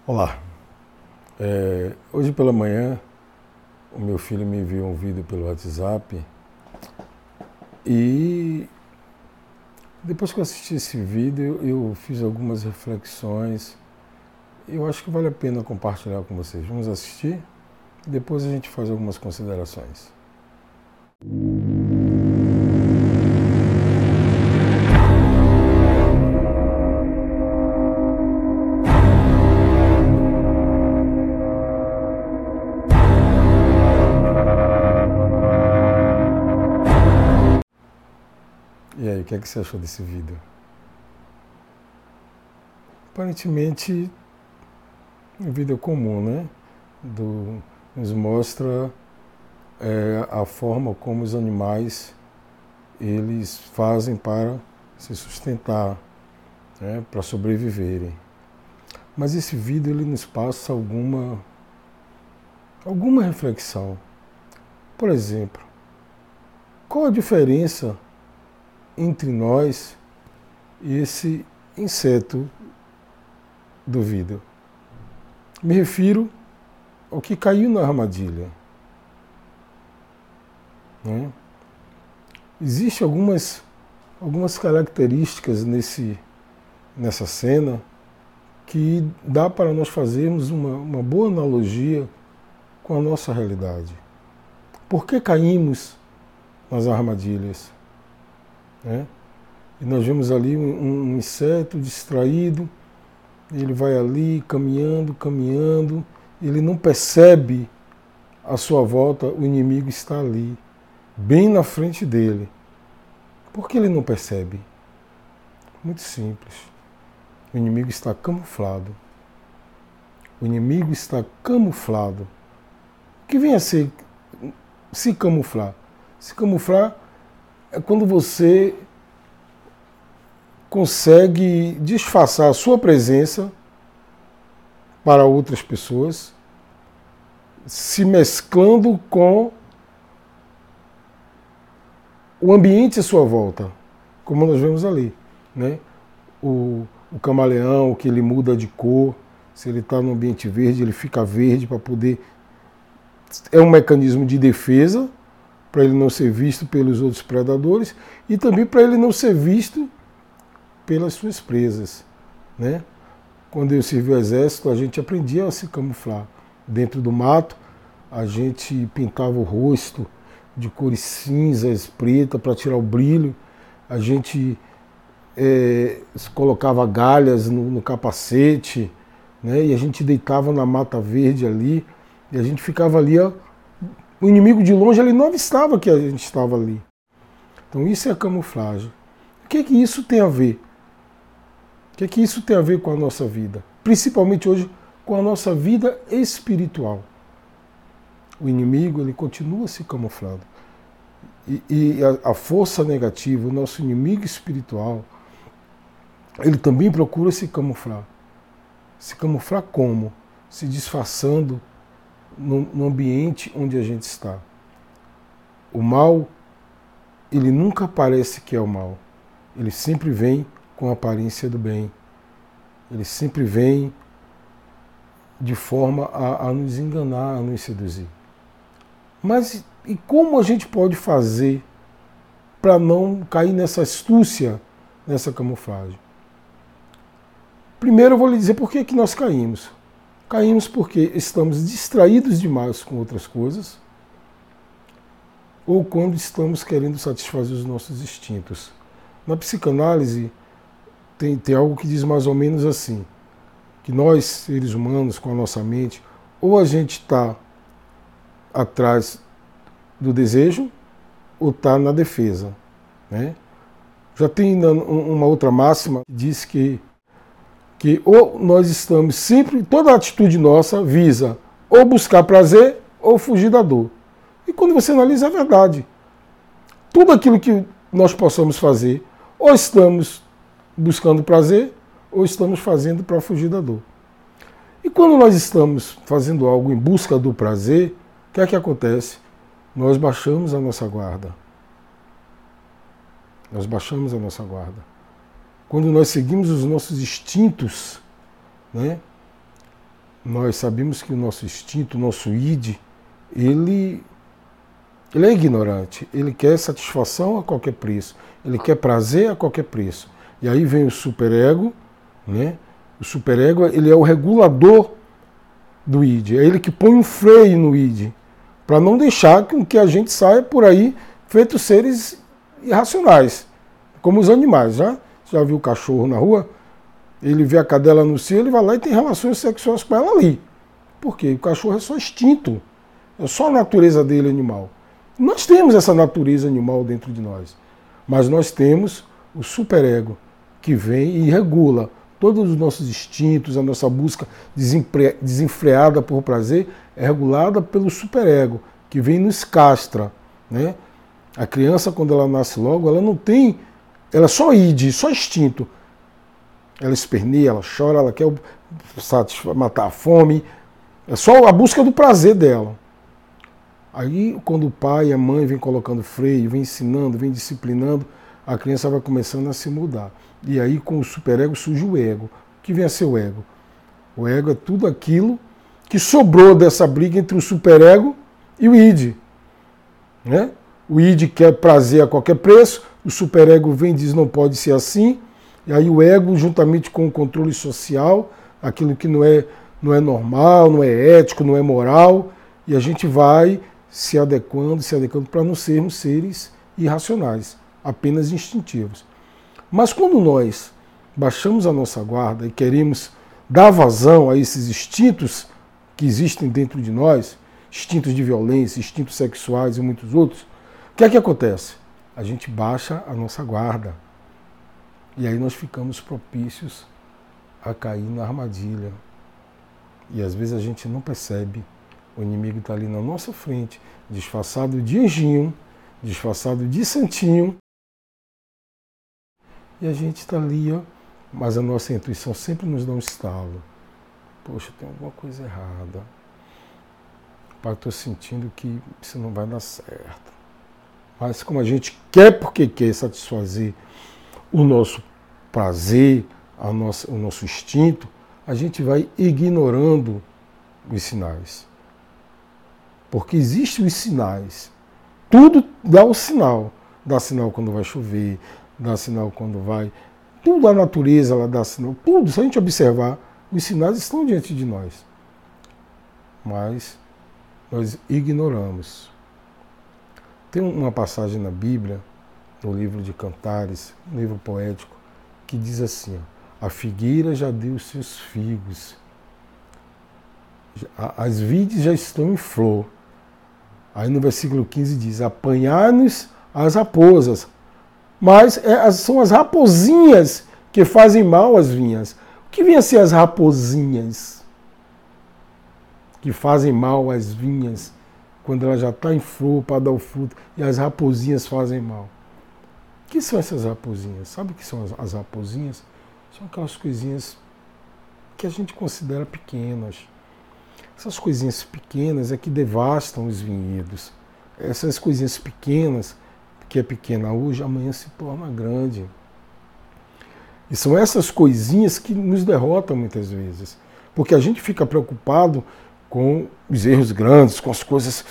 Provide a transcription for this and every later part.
Olá, hoje pela manhã o meu filho me enviou um vídeo pelo WhatsApp e depois que eu assisti esse vídeo eu fiz algumas reflexões. Eu acho que vale a pena compartilhar com vocês. Vamos assistir e depois a gente faz algumas considerações. E aí, o que é que você achou desse vídeo? Aparentemente, um vídeo comum, né? Nos mostra a forma como os animais eles fazem para se sustentar, né? Para sobreviverem. Mas esse vídeo ele nos passa alguma reflexão. Por exemplo, qual a diferença entre nós e esse inseto do vídeo? Me refiro ao que caiu na armadilha. Né? Existem algumas características nessa cena que dá para nós fazermos uma boa analogia com a nossa realidade. Por que caímos nas armadilhas? Né? E nós vemos ali um inseto distraído, ele vai ali caminhando, ele não percebe à sua volta, o inimigo está ali, bem na frente dele. Por que ele não percebe? Muito simples. O inimigo está camuflado. O inimigo está camuflado. O que vem a ser se camuflar? Se camuflar é quando você consegue disfarçar a sua presença para outras pessoas, se mesclando com o ambiente à sua volta, como nós vemos ali, né? O camaleão, que ele muda de cor, se ele está no ambiente verde, ele fica verde para poder... É um mecanismo de defesa, para ele não ser visto pelos outros predadores e também para ele não ser visto pelas suas presas, né? Quando eu servi o exército, a gente aprendia a se camuflar. Dentro do mato, a gente pintava o rosto de cores cinzas, preta, para tirar o brilho. A gente colocava galhas no capacete, né? E a gente deitava na mata verde ali, e a gente ficava ali, ó. O inimigo de longe ele não avistava que a gente estava ali. Então isso é a camuflagem. O que é que isso tem a ver? O que é que isso tem a ver com a nossa vida? Principalmente hoje com a nossa vida espiritual. O inimigo ele continua se camuflando. E a força negativa, o nosso inimigo espiritual, ele também procura se camuflar. Se camuflar como? Se disfarçando no ambiente onde a gente está. O mal, ele nunca parece que é o mal. Ele sempre vem com a aparência do bem. Ele sempre vem de forma a nos enganar, a nos seduzir. Mas e como a gente pode fazer para não cair nessa astúcia, nessa camuflagem? Primeiro eu vou lhe dizer por que nós caímos. Caímos porque estamos distraídos demais com outras coisas ou quando estamos querendo satisfazer os nossos instintos. Na psicanálise tem algo que diz mais ou menos assim, que nós, seres humanos, com a nossa mente, ou a gente está atrás do desejo ou está na defesa. Né? Já tem uma outra máxima que diz que ou nós estamos sempre, toda atitude nossa visa ou buscar prazer ou fugir da dor. E quando você analisa, é verdade. Tudo aquilo que nós possamos fazer, ou estamos buscando prazer, ou estamos fazendo para fugir da dor. E quando nós estamos fazendo algo em busca do prazer, o que é que acontece? Nós baixamos a nossa guarda. Nós baixamos a nossa guarda. Quando nós seguimos os nossos instintos, né, nós sabemos que o nosso instinto, o nosso id, ele é ignorante. Ele quer satisfação a qualquer preço. Ele quer prazer a qualquer preço. E aí vem o superego, né? O superego, ele é o regulador do id. É ele que põe um freio no id, para não deixar com que a gente saia por aí feitos seres irracionais, como os animais, né? Você já viu o cachorro na rua? Ele vê a cadela no cio, ele vai lá e tem relações sexuais com ela ali. Por quê? O cachorro é só instinto. É só a natureza dele animal. Nós temos essa natureza animal dentro de nós. Mas nós temos o superego, que vem e regula todos os nossos instintos, a nossa busca desenfreada por prazer é regulada pelo superego, que vem e nos castra, né? A criança, quando ela nasce logo, ela não tem... Ela é só id, só instinto. Ela esperneia, ela chora, ela quer matar a fome. É só a busca do prazer dela. Aí, quando o pai e a mãe vêm colocando freio, vem ensinando, vem disciplinando, a criança vai começando a se mudar. E aí, com o superego, surge o ego. O que vem a ser o ego? O ego é tudo aquilo que sobrou dessa briga entre o superego e o id, né? O id quer prazer a qualquer preço, o superego vem e diz não pode ser assim, e aí o ego, juntamente com o controle social, aquilo que não é normal, não é ético, não é moral, e a gente vai se adequando para não sermos seres irracionais, apenas instintivos. Mas quando nós baixamos a nossa guarda e queremos dar vazão a esses instintos que existem dentro de nós, instintos de violência, instintos sexuais e muitos outros, o que é que acontece? A gente baixa a nossa guarda. E aí nós ficamos propícios a cair na armadilha. E às vezes a gente não percebe. O inimigo está ali na nossa frente, disfarçado de anjinho, disfarçado de santinho. E a gente está ali, ó, mas a nossa intuição sempre nos dá um estalo. Poxa, tem alguma coisa errada. Pai, estou sentindo que isso não vai dar certo. Mas como a gente quer porque quer satisfazer o nosso prazer, o nosso instinto, a gente vai ignorando os sinais. Porque existem os sinais. Tudo dá o sinal. Dá sinal quando vai chover, dá sinal quando vai... Tudo a natureza ela dá sinal. Tudo, se a gente observar, os sinais estão diante de nós. Mas nós ignoramos. Tem uma passagem na Bíblia, no livro de Cantares, um livro poético, que diz assim, ó, a figueira já deu os seus figos, as vides já estão em flor. Aí no versículo 15 diz, apanhai-nos as raposas, mas são as raposinhas que fazem mal às vinhas. O que vinha a ser as raposinhas que fazem mal às vinhas, quando ela já está em flor para dar o fruto, e as raposinhas fazem mal? O que são essas raposinhas? Sabe o que são as raposinhas? São aquelas coisinhas que a gente considera pequenas. Essas coisinhas pequenas é que devastam os vinhedos. Essas coisinhas pequenas, que é pequena hoje, amanhã se torna grande. E são essas coisinhas que nos derrotam muitas vezes. Porque a gente fica preocupado com os erros grandes, com as coisas...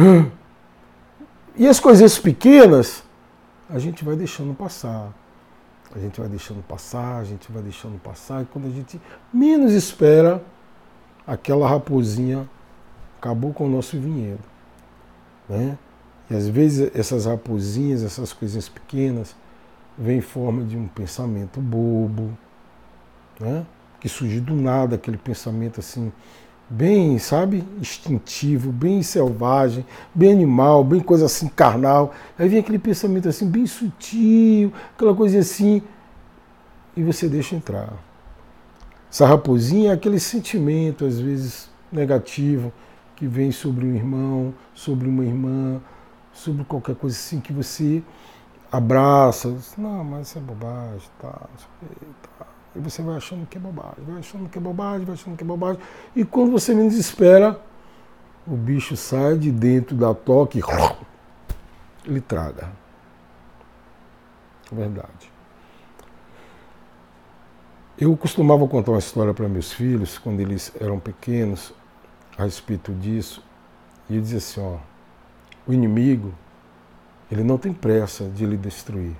E as coisinhas pequenas, a gente vai deixando passar. A gente vai deixando passar, a gente vai deixando passar. E quando a gente menos espera, aquela raposinha acabou com o nosso vinhedo, né? E às vezes essas raposinhas, essas coisinhas pequenas, vêm em forma de um pensamento bobo, né? Que surge do nada, aquele pensamento assim, bem, sabe, instintivo, bem selvagem, bem animal, bem coisa assim, carnal. Aí vem aquele pensamento assim, bem sutil, aquela coisinha assim, e você deixa entrar. Essa raposinha é aquele sentimento, às vezes, negativo, que vem sobre um irmão, sobre uma irmã, sobre qualquer coisa assim que você abraça. Não, mas isso é bobagem, tá. E você vai achando que é bobagem, vai achando que é bobagem, vai achando que é bobagem. E quando você menos espera, o bicho sai de dentro da toca e ele traga. Verdade. Eu costumava contar uma história para meus filhos, quando eles eram pequenos, a respeito disso, e eu dizia assim, ó, o inimigo, ele não tem pressa de lhe destruir.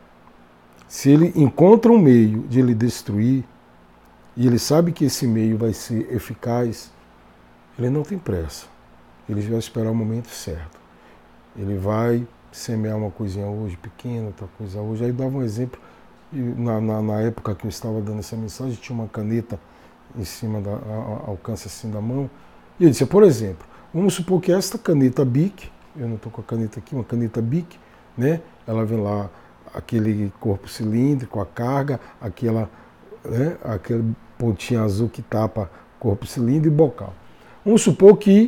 Se ele encontra um meio de lhe destruir, e ele sabe que esse meio vai ser eficaz, ele não tem pressa. Ele vai esperar o momento certo. Ele vai semear uma coisinha hoje, pequena, outra coisa hoje. Aí eu dava um exemplo, na época que eu estava dando essa mensagem, tinha uma caneta em cima, alcance assim da mão, e eu disse, por exemplo, vamos supor que esta caneta Bic, eu não estou com a caneta aqui, uma caneta Bic, né? Ela vem lá, aquele corpo cilíndrico, a carga, aquela, né? Aquele pontinho azul que tapa corpo cilíndrico e bocal. Vamos supor que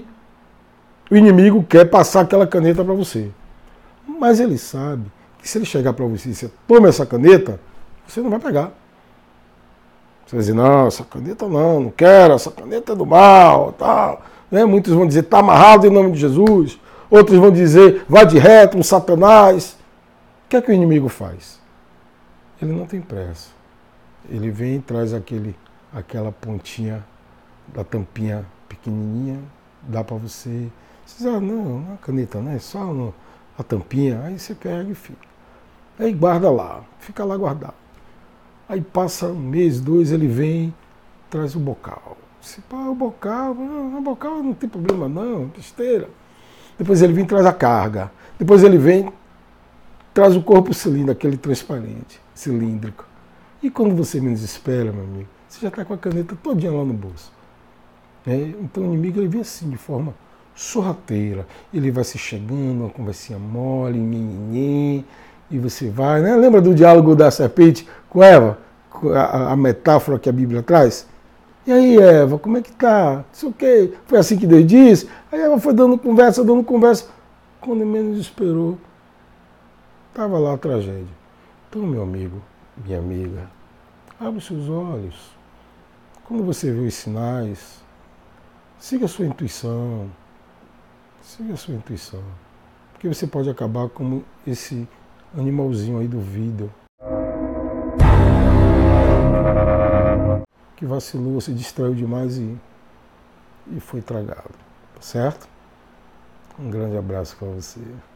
o inimigo quer passar aquela caneta para você. Mas ele sabe que se ele chegar para você e dizer, toma essa caneta, você não vai pegar. Você vai dizer, não, essa caneta não quero, essa caneta é do mal, tal. Né? Muitos vão dizer, está amarrado em nome de Jesus. Outros vão dizer, vá de reto, um Satanás. O que é que o inimigo faz? Ele não tem pressa. Ele vem e traz aquela pontinha da tampinha pequenininha, dá para você. Você diz, não, a caneta não é só a tampinha. Aí você pega e fica. Aí guarda lá, fica lá guardado. Aí passa um mês, dois, ele vem, traz o bocal. Você pá, o bocal não tem problema não, besteira. Depois ele vem e traz a carga. Depois ele vem, traz o corpo cilíndrico, aquele transparente, cilíndrico. E quando você menos espera, meu amigo, você já está com a caneta todinha lá no bolso. Então o inimigo ele vem assim, de forma sorrateira. Ele vai se chegando, uma conversinha mole, nhenhenhen, e você vai, né? Lembra do diálogo da serpente com Eva? A metáfora que a Bíblia traz? E aí, Eva, como é que tá? Isso o quê? Foi assim que Deus disse? Aí Eva foi dando conversa. Quando menos esperou, estava lá a tragédia. Então, meu amigo, minha amiga, abre os seus olhos. Quando você vê os sinais, siga a sua intuição. Siga a sua intuição. Porque você pode acabar como esse animalzinho aí do vídeo. Que vacilou, se distraiu demais e foi tragado. Tá certo? Um grande abraço para você.